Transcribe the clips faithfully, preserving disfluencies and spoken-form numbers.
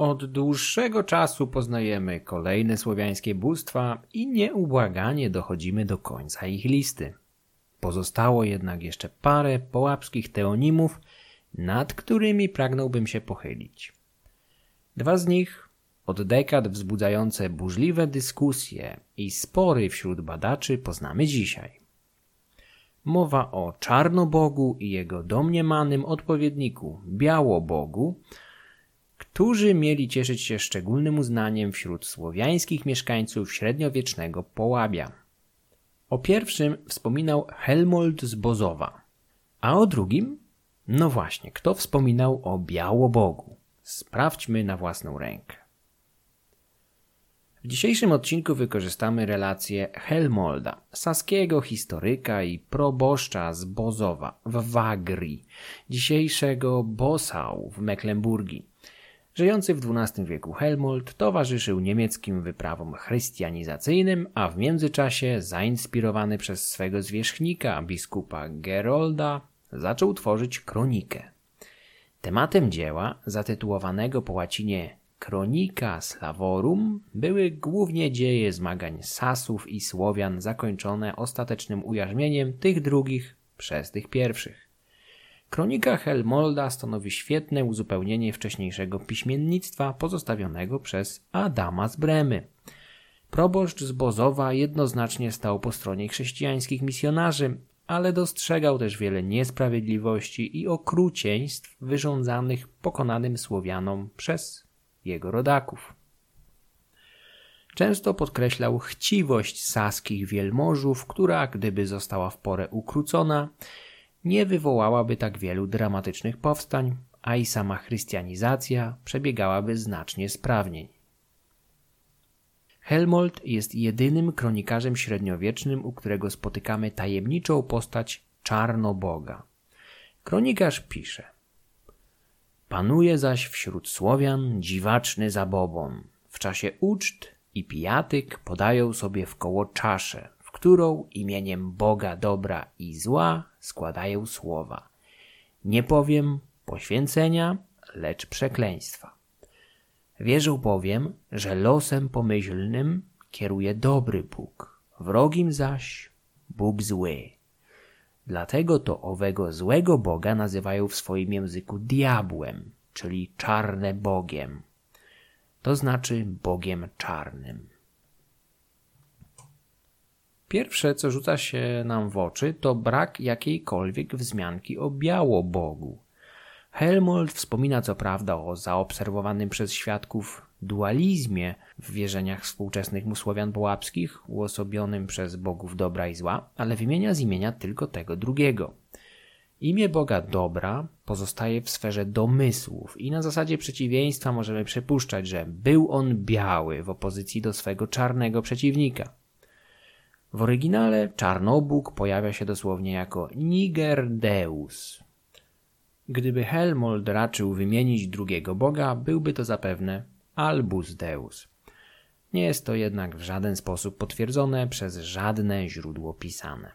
Od dłuższego czasu poznajemy kolejne słowiańskie bóstwa i nieubłaganie dochodzimy do końca ich listy. Pozostało jednak jeszcze parę połapskich teonimów, nad którymi pragnąłbym się pochylić. Dwa z nich, od dekad wzbudzające burzliwe dyskusje i spory wśród badaczy, poznamy dzisiaj. Mowa o Czarnobogu i jego domniemanym odpowiedniku Białobogu, którzy mieli cieszyć się szczególnym uznaniem wśród słowiańskich mieszkańców średniowiecznego Połabia. O pierwszym wspominał Helmold z Bozowa, a o drugim? No właśnie, kto wspominał o Białobogu? Sprawdźmy na własną rękę. W dzisiejszym odcinku wykorzystamy relację Helmolda, saskiego historyka i proboszcza z Bozowa w Wagrii, dzisiejszego Bossau w Mecklenburgii. Żyjący w dwunastym wieku Helmold towarzyszył niemieckim wyprawom chrystianizacyjnym, a w międzyczasie, zainspirowany przez swego zwierzchnika, biskupa Gerolda, zaczął tworzyć kronikę. Tematem dzieła, zatytułowanego po łacinie Chronica Slavorum, były głównie dzieje zmagań Sasów i Słowian zakończone ostatecznym ujarzmieniem tych drugich przez tych pierwszych. Kronika Helmolda stanowi świetne uzupełnienie wcześniejszego piśmiennictwa pozostawionego przez Adama z Bremy. Proboszcz z Bozowa jednoznacznie stał po stronie chrześcijańskich misjonarzy, ale dostrzegał też wiele niesprawiedliwości i okrucieństw wyrządzanych pokonanym Słowianom przez jego rodaków. Często podkreślał chciwość saskich wielmożów, która, gdyby została w porę ukrócona, nie wywołałaby tak wielu dramatycznych powstań, a i sama chrystianizacja przebiegałaby znacznie sprawniej. Helmold jest jedynym kronikarzem średniowiecznym, u którego spotykamy tajemniczą postać Czarnoboga. Kronikarz pisze: Panuje zaś wśród Słowian dziwaczny zabobon. W czasie uczt i pijatyk podają sobie w koło czaszę, w którą imieniem Boga dobra i zła składają słowa. Nie powiem poświęcenia, lecz przekleństwa. Wierzą bowiem, że losem pomyślnym kieruje dobry Bóg, wrogim zaś Bóg zły. Dlatego to owego złego Boga nazywają w swoim języku diabłem, czyli czarne Bogiem. To znaczy Bogiem czarnym. Pierwsze, co rzuca się nam w oczy, to brak jakiejkolwiek wzmianki o Białobogu. Helmold wspomina co prawda o zaobserwowanym przez świadków dualizmie w wierzeniach współczesnych mu Słowian połapskich, uosobionym przez bogów dobra i zła, ale wymienia z imienia tylko tego drugiego. Imię Boga dobra pozostaje w sferze domysłów i na zasadzie przeciwieństwa możemy przypuszczać, że był on biały w opozycji do swego czarnego przeciwnika. W oryginale Czarnobóg pojawia się dosłownie jako Niger Deus. Gdyby Helmold raczył wymienić drugiego Boga, byłby to zapewne Albus Deus. Nie jest to jednak w żaden sposób potwierdzone przez żadne źródło pisane.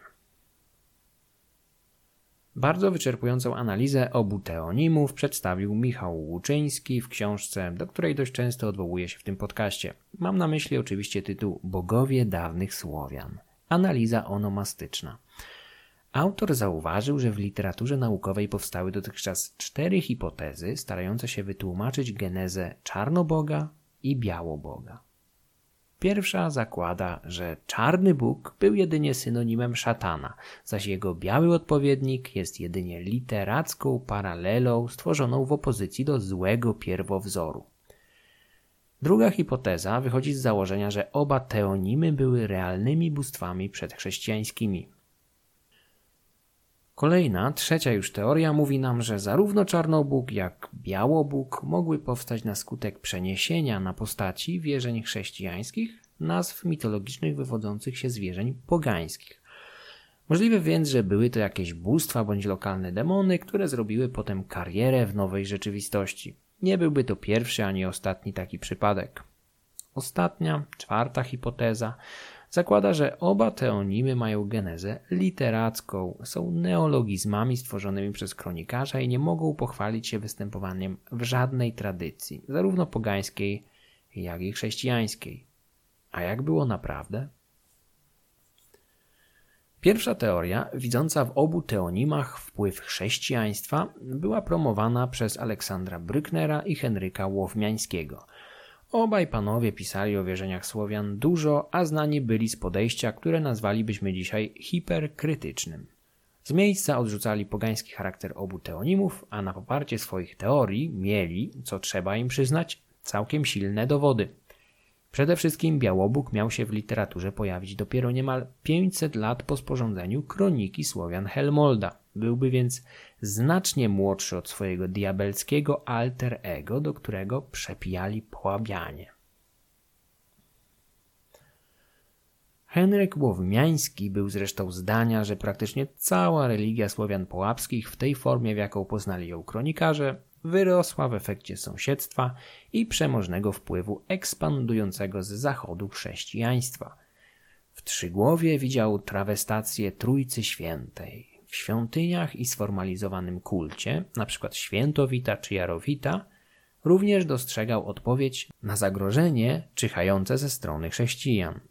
Bardzo wyczerpującą analizę obu teonimów przedstawił Michał Łuczyński w książce, do której dość często odwołuje się w tym podcaście. Mam na myśli oczywiście tytuł Bogowie dawnych Słowian. Analiza onomastyczna. Autor zauważył, że w literaturze naukowej powstały dotychczas cztery hipotezy starające się wytłumaczyć genezę Czarnoboga i Białoboga. Pierwsza zakłada, że Czarny Bóg był jedynie synonimem szatana, zaś jego biały odpowiednik jest jedynie literacką paralelą stworzoną w opozycji do złego pierwowzoru. Druga hipoteza wychodzi z założenia, że oba teonimy były realnymi bóstwami przedchrześcijańskimi. Kolejna, trzecia już teoria mówi nam, że zarówno Czarnobóg jak Białobóg mogły powstać na skutek przeniesienia na postaci wierzeń chrześcijańskich nazw mitologicznych wywodzących się z wierzeń pogańskich. Możliwe więc, że były to jakieś bóstwa bądź lokalne demony, które zrobiły potem karierę w nowej rzeczywistości. Nie byłby to pierwszy ani ostatni taki przypadek. Ostatnia, czwarta hipoteza zakłada, że oba teonimy mają genezę literacką, są neologizmami stworzonymi przez kronikarza i nie mogą pochwalić się występowaniem w żadnej tradycji, zarówno pogańskiej, jak i chrześcijańskiej. A jak było naprawdę? Pierwsza teoria, widząca w obu teonimach wpływ chrześcijaństwa, była promowana przez Aleksandra Brücknera i Henryka Łowmiańskiego. Obaj panowie pisali o wierzeniach Słowian dużo, a znani byli z podejścia, które nazwalibyśmy dzisiaj hiperkrytycznym. Z miejsca odrzucali pogański charakter obu teonimów, a na poparcie swoich teorii mieli, co trzeba im przyznać, całkiem silne dowody. Przede wszystkim Białobóg miał się w literaturze pojawić dopiero niemal pięćset lat po sporządzeniu Kroniki Słowian Helmolda. Byłby więc znacznie młodszy od swojego diabelskiego alter ego, do którego przepijali połabianie. Henryk Łowmiański był zresztą zdania, że praktycznie cała religia Słowian połapskich w tej formie, w jaką poznali ją kronikarze, wyrosła w efekcie sąsiedztwa i przemożnego wpływu ekspandującego z zachodu chrześcijaństwa. W Trzygłowie widział trawestację Trójcy Świętej. W świątyniach i sformalizowanym kulcie, np. Świętowita czy Jarowita, również dostrzegał odpowiedź na zagrożenie czyhające ze strony chrześcijan.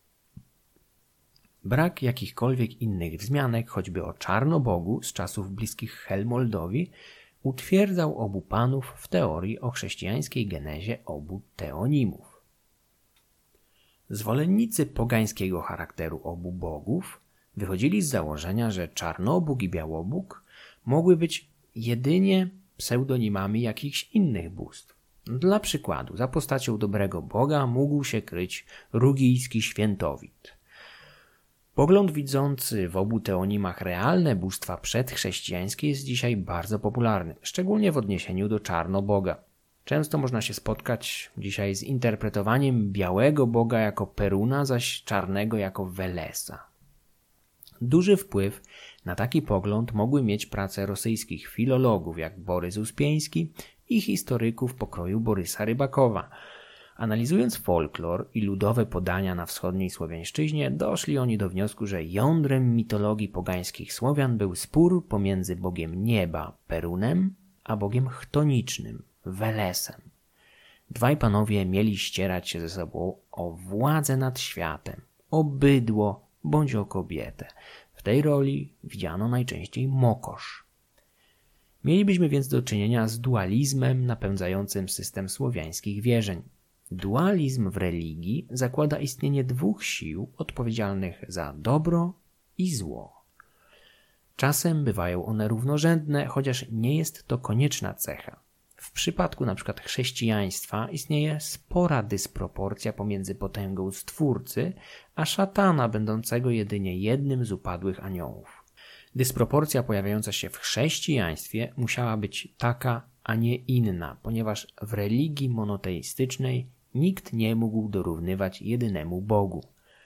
Brak jakichkolwiek innych wzmianek, choćby o Czarnobogu z czasów bliskich Helmoldowi, utwierdzał obu panów w teorii o chrześcijańskiej genezie obu teonimów. Zwolennicy pogańskiego charakteru obu bogów wychodzili z założenia, że Czarnobóg i Białobóg mogły być jedynie pseudonimami jakichś innych bóstw. Dla przykładu, za postacią dobrego Boga mógł się kryć rugijski świętowit. Pogląd widzący w obu teonimach realne bóstwa przedchrześcijańskie jest dzisiaj bardzo popularny, szczególnie w odniesieniu do Czarnoboga. Często można się spotkać dzisiaj z interpretowaniem białego Boga jako Peruna, zaś czarnego jako Welesa. Duży wpływ na taki pogląd mogły mieć prace rosyjskich filologów jak Borys Uspieński i historyków pokroju Borysa Rybakowa. Analizując folklor i ludowe podania na wschodniej słowiańszczyźnie, doszli oni do wniosku, że jądrem mitologii pogańskich Słowian był spór pomiędzy bogiem nieba Perunem a bogiem chtonicznym Welesem. Dwaj panowie mieli ścierać się ze sobą o władzę nad światem, o bydło bądź o kobietę. W tej roli widziano najczęściej mokosz. Mielibyśmy więc do czynienia z dualizmem napędzającym system słowiańskich wierzeń. Dualizm w religii zakłada istnienie dwóch sił odpowiedzialnych za dobro i zło. Czasem bywają one równorzędne, chociaż nie jest to konieczna cecha. W przypadku np. chrześcijaństwa istnieje spora dysproporcja pomiędzy potęgą Stwórcy a szatana, będącego jedynie jednym z upadłych aniołów. Dysproporcja pojawiająca się w chrześcijaństwie musiała być taka, a nie inna, ponieważ w religii monoteistycznej nikt nie mógł dorównywać jedynemu Bogu.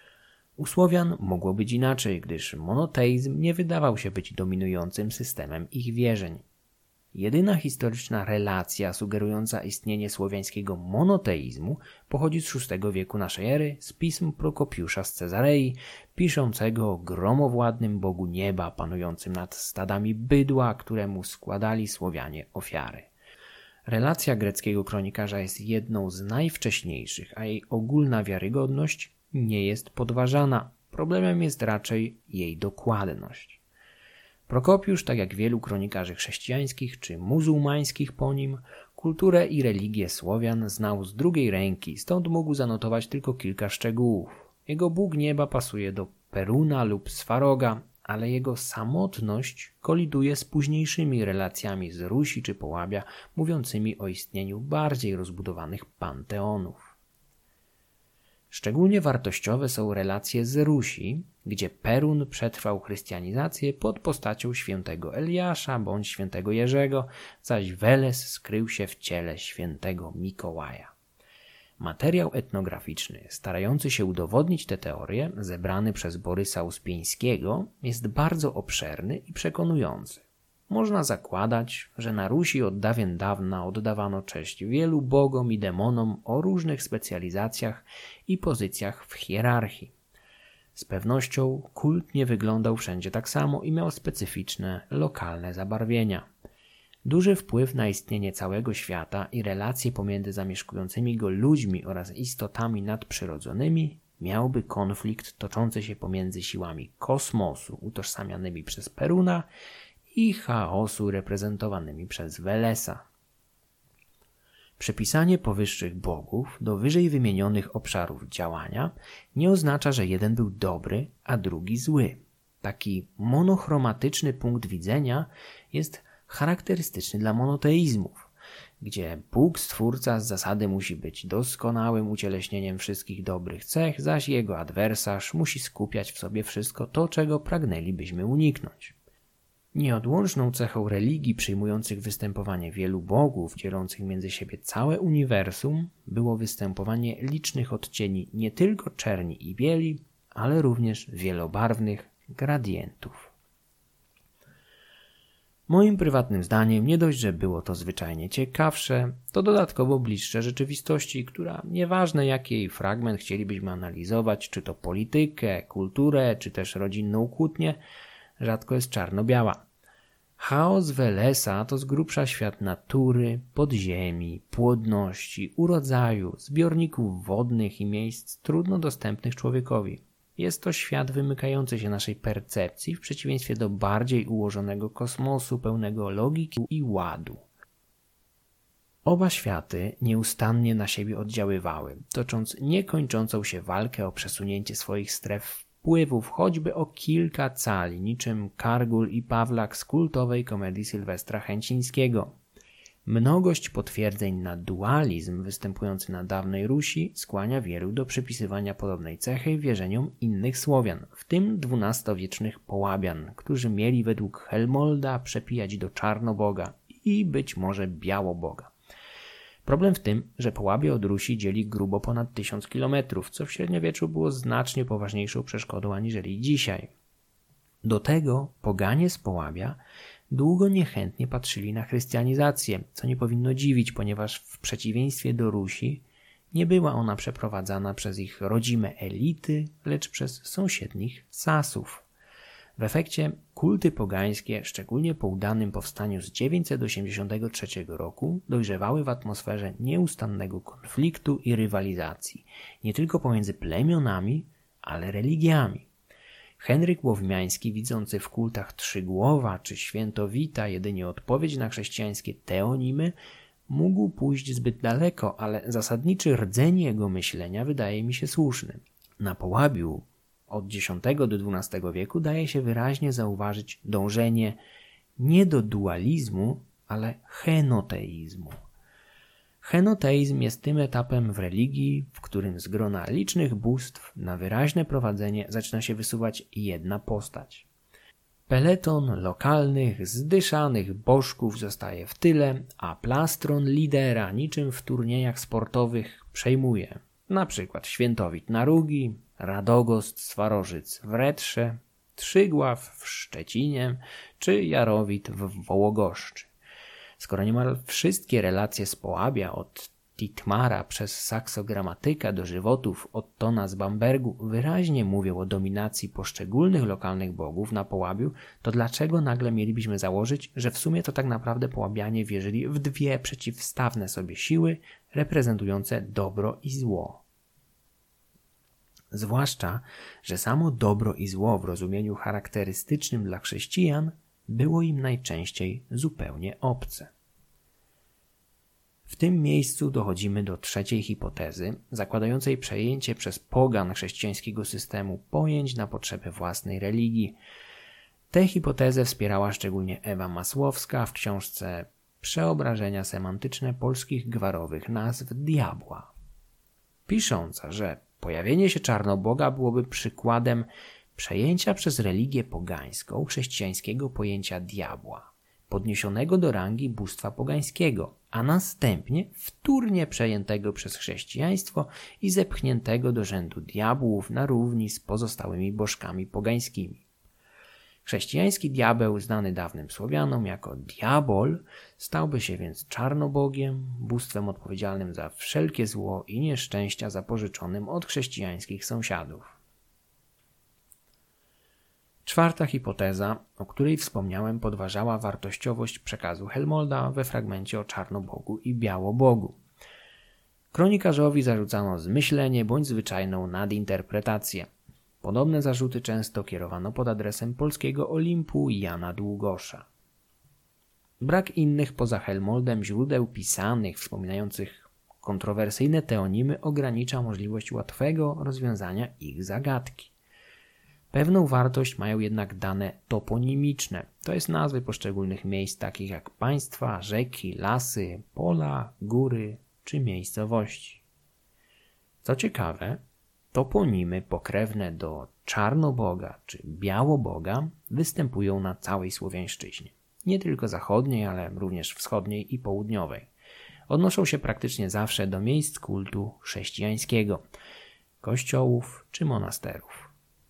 U Słowian mogło być inaczej, gdyż monoteizm nie wydawał się być dominującym systemem ich wierzeń. Jedyna historyczna relacja sugerująca istnienie słowiańskiego monoteizmu pochodzi z szóstego wieku naszej ery z pism Prokopiusza z Cezarei, piszącego o gromowładnym Bogu nieba panującym nad stadami bydła, któremu składali Słowianie ofiary. Relacja greckiego kronikarza jest jedną z najwcześniejszych, a jej ogólna wiarygodność nie jest podważana. Problemem jest raczej jej dokładność. Prokopiusz, tak jak wielu kronikarzy chrześcijańskich czy muzułmańskich po nim, kulturę i religię Słowian znał z drugiej ręki, stąd mógł zanotować tylko kilka szczegółów. Jego Bóg nieba pasuje do Peruna lub Swaroga, ale jego samotność koliduje z późniejszymi relacjami z Rusi czy Połabia, mówiącymi o istnieniu bardziej rozbudowanych panteonów. Szczególnie wartościowe są relacje z Rusi, gdzie Perun przetrwał chrystianizację pod postacią świętego Eliasza bądź świętego Jerzego, zaś Weles skrył się w ciele świętego Mikołaja. Materiał etnograficzny starający się udowodnić tę teorię, zebrany przez Borysa Uspieńskiego, jest bardzo obszerny i przekonujący. Można zakładać, że na Rusi od dawien dawna oddawano cześć wielu bogom i demonom o różnych specjalizacjach i pozycjach w hierarchii. Z pewnością kult nie wyglądał wszędzie tak samo i miał specyficzne, lokalne zabarwienia. Duży wpływ na istnienie całego świata i relacje pomiędzy zamieszkującymi go ludźmi oraz istotami nadprzyrodzonymi miałby konflikt toczący się pomiędzy siłami kosmosu utożsamianymi przez Peruna i chaosu reprezentowanymi przez Velesa. Przypisanie powyższych bogów do wyżej wymienionych obszarów działania nie oznacza, że jeden był dobry, a drugi zły. Taki monochromatyczny punkt widzenia jest charakterystyczny dla monoteizmów, gdzie Bóg Stwórca z zasady musi być doskonałym ucieleśnieniem wszystkich dobrych cech, zaś jego adwersarz musi skupiać w sobie wszystko to, czego pragnęlibyśmy uniknąć. Nieodłączną cechą religii przyjmujących występowanie wielu bogów, dzielących między siebie całe uniwersum, było występowanie licznych odcieni nie tylko czerni i bieli, ale również wielobarwnych gradientów. Moim prywatnym zdaniem nie dość, że było to zwyczajnie ciekawsze, to dodatkowo bliższe rzeczywistości, która nieważne jaki fragment chcielibyśmy analizować, czy to politykę, kulturę, czy też rodzinną kłótnię, rzadko jest czarno-biała. Chaos Velesa to z grubsza świat natury, podziemi, płodności, urodzaju, zbiorników wodnych i miejsc trudno dostępnych człowiekowi. Jest to świat wymykający się naszej percepcji w przeciwieństwie do bardziej ułożonego kosmosu pełnego logiki i ładu. Oba światy nieustannie na siebie oddziaływały, tocząc niekończącą się walkę o przesunięcie swoich stref wpływów choćby o kilka cali, niczym Kargul i Pawlak z kultowej komedii Sylwestra Chęcińskiego. Mnogość potwierdzeń na dualizm występujący na dawnej Rusi skłania wielu do przypisywania podobnej cechy wierzeniom innych Słowian, w tym dwunastowiecznych Połabian, którzy mieli według Helmolda przepijać do Czarnoboga i być może Białoboga. Problem w tym, że Połabie od Rusi dzieli grubo ponad tysiąc kilometrów, co w średniowieczu było znacznie poważniejszą przeszkodą aniżeli dzisiaj. Do tego poganie z Połabia długo niechętnie patrzyli na chrystianizację, co nie powinno dziwić, ponieważ w przeciwieństwie do Rusi nie była ona przeprowadzana przez ich rodzime elity, lecz przez sąsiednich Sasów. W efekcie kulty pogańskie, szczególnie po udanym powstaniu z dziewięćset osiemdziesiątego trzeciego roku, dojrzewały w atmosferze nieustannego konfliktu i rywalizacji, nie tylko pomiędzy plemionami, ale religiami. Henryk Łowmiański, widzący w kultach Trzygłowa czy Świętowita jedynie odpowiedź na chrześcijańskie teonimy, mógł pójść zbyt daleko, ale zasadniczy rdzeń jego myślenia wydaje mi się słuszny. Na Połabiu od dziesiątego do dwunastego wieku daje się wyraźnie zauważyć dążenie nie do dualizmu, ale henoteizmu. Henoteizm jest tym etapem w religii, w którym z grona licznych bóstw na wyraźne prowadzenie zaczyna się wysuwać jedna postać. Peleton lokalnych, zdyszanych bożków zostaje w tyle, a plastron lidera niczym w turniejach sportowych przejmuje. Na przykład Świętowit na Rugi, Radogost Swarożyc w Retrze, Trzygław w Szczecinie czy Jarowit w Wołogoszczy. Skoro niemal wszystkie relacje z Połabia od Titmara przez saksogramatyka do żywotów Ottona z Bambergu wyraźnie mówią o dominacji poszczególnych lokalnych bogów na Połabiu, to dlaczego nagle mielibyśmy założyć, że w sumie to tak naprawdę Połabianie wierzyli w dwie przeciwstawne sobie siły reprezentujące dobro i zło? Zwłaszcza, że samo dobro i zło w rozumieniu charakterystycznym dla chrześcijan było im najczęściej zupełnie obce. W tym miejscu dochodzimy do trzeciej hipotezy, zakładającej przejęcie przez pogan chrześcijańskiego systemu pojęć na potrzeby własnej religii. Tę hipotezę wspierała szczególnie Ewa Masłowska w książce Przeobrażenia semantyczne polskich gwarowych nazw diabła, pisząca, że pojawienie się Czarnoboga byłoby przykładem przejęcia przez religię pogańską chrześcijańskiego pojęcia diabła, podniesionego do rangi bóstwa pogańskiego, a następnie wtórnie przejętego przez chrześcijaństwo i zepchniętego do rzędu diabłów na równi z pozostałymi bożkami pogańskimi. Chrześcijański diabeł, znany dawnym Słowianom jako diabol, stałby się więc czarnobogiem, bóstwem odpowiedzialnym za wszelkie zło i nieszczęścia zapożyczonym od chrześcijańskich sąsiadów. Czwarta hipoteza, o której wspomniałem, podważała wartościowość przekazu Helmolda we fragmencie o Czarnobogu i Białobogu. Kronikarzowi zarzucano zmyślenie bądź zwyczajną nadinterpretację. Podobne zarzuty często kierowano pod adresem polskiego Olimpu Jana Długosza. Brak innych poza Helmoldem źródeł pisanych wspominających kontrowersyjne teonimy ogranicza możliwość łatwego rozwiązania ich zagadki. Pewną wartość mają jednak dane toponimiczne, to jest nazwy poszczególnych miejsc takich jak państwa, rzeki, lasy, pola, góry czy miejscowości. Co ciekawe, toponimy pokrewne do Czarnoboga czy Białoboga występują na całej Słowiańszczyźnie. Nie tylko zachodniej, ale również wschodniej i południowej. Odnoszą się praktycznie zawsze do miejsc kultu chrześcijańskiego, kościołów czy monasterów.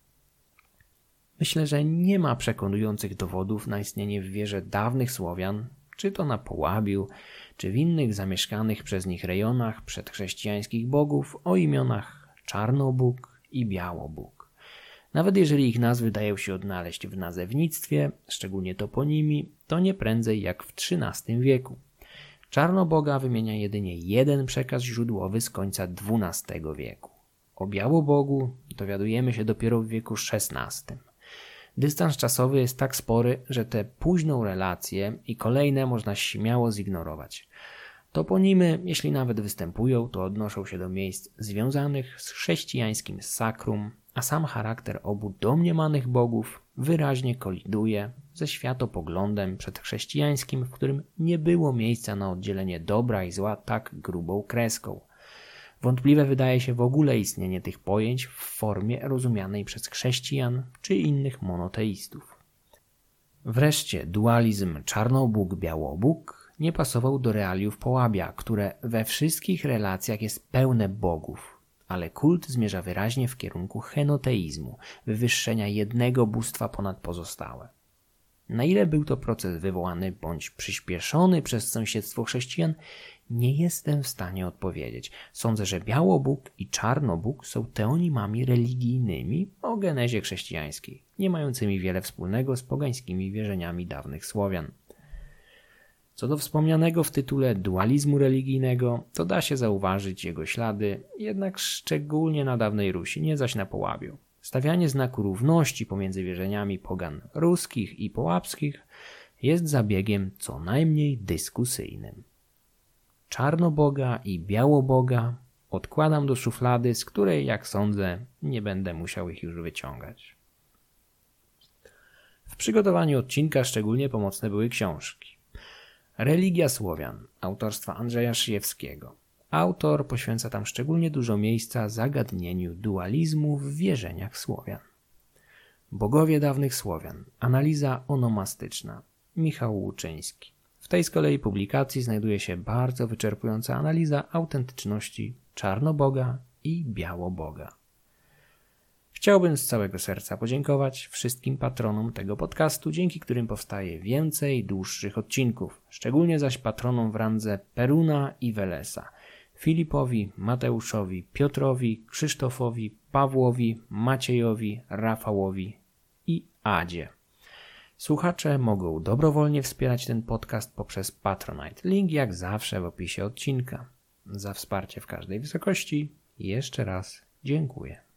Myślę, że nie ma przekonujących dowodów na istnienie w wierze dawnych Słowian, czy to na Połabiu, czy w innych zamieszkanych przez nich rejonach przedchrześcijańskich bogów o imionach Czarnobóg i Białobóg. Nawet jeżeli ich nazwy dają się odnaleźć w nazewnictwie, szczególnie toponimi, to nie prędzej jak w trzynastym wieku. Czarnoboga wymienia jedynie jeden przekaz źródłowy z końca dwunastego wieku. O Białobogu dowiadujemy się dopiero w wieku szesnastym. Dystans czasowy jest tak spory, że tę późną relację i kolejne można śmiało zignorować. Toponimy, jeśli nawet występują, to odnoszą się do miejsc związanych z chrześcijańskim sakrum, a sam charakter obu domniemanych bogów wyraźnie koliduje ze światopoglądem przedchrześcijańskim, w którym nie było miejsca na oddzielenie dobra i zła tak grubą kreską. Wątpliwe wydaje się w ogóle istnienie tych pojęć w formie rozumianej przez chrześcijan czy innych monoteistów. Wreszcie dualizm Czarnobóg-Białobóg nie pasował do realiów Połabia, które we wszystkich relacjach jest pełne bogów, ale kult zmierza wyraźnie w kierunku henoteizmu, wywyższenia jednego bóstwa ponad pozostałe. Na ile był to proces wywołany bądź przyspieszony przez sąsiedztwo chrześcijan, nie jestem w stanie odpowiedzieć. Sądzę, że Białobóg i Czarnobóg są teonimami religijnymi o genezie chrześcijańskiej, nie mającymi wiele wspólnego z pogańskimi wierzeniami dawnych Słowian. Co do wspomnianego w tytule dualizmu religijnego, to da się zauważyć jego ślady, jednak szczególnie na dawnej Rusi, nie zaś na Połabiu. Stawianie znaku równości pomiędzy wierzeniami pogan ruskich i połapskich jest zabiegiem co najmniej dyskusyjnym. Czarnoboga i Białoboga odkładam do szuflady, z której, jak sądzę, nie będę musiał ich już wyciągać. W przygotowaniu odcinka szczególnie pomocne były książki. Religia Słowian autorstwa Andrzeja Szyjewskiego. Autor poświęca tam szczególnie dużo miejsca zagadnieniu dualizmu w wierzeniach Słowian. Bogowie dawnych Słowian. Analiza onomastyczna. Michał Łuczyński. W tej z kolei publikacji znajduje się bardzo wyczerpująca analiza autentyczności Czarnoboga i Białoboga. Chciałbym z całego serca podziękować wszystkim patronom tego podcastu, dzięki którym powstaje więcej dłuższych odcinków, szczególnie zaś patronom w randze Peruna i Welesa, Filipowi, Mateuszowi, Piotrowi, Krzysztofowi, Pawłowi, Maciejowi, Rafałowi i Adzie. Słuchacze mogą dobrowolnie wspierać ten podcast poprzez Patronite. Link jak zawsze w opisie odcinka. Za wsparcie w każdej wysokości jeszcze raz dziękuję.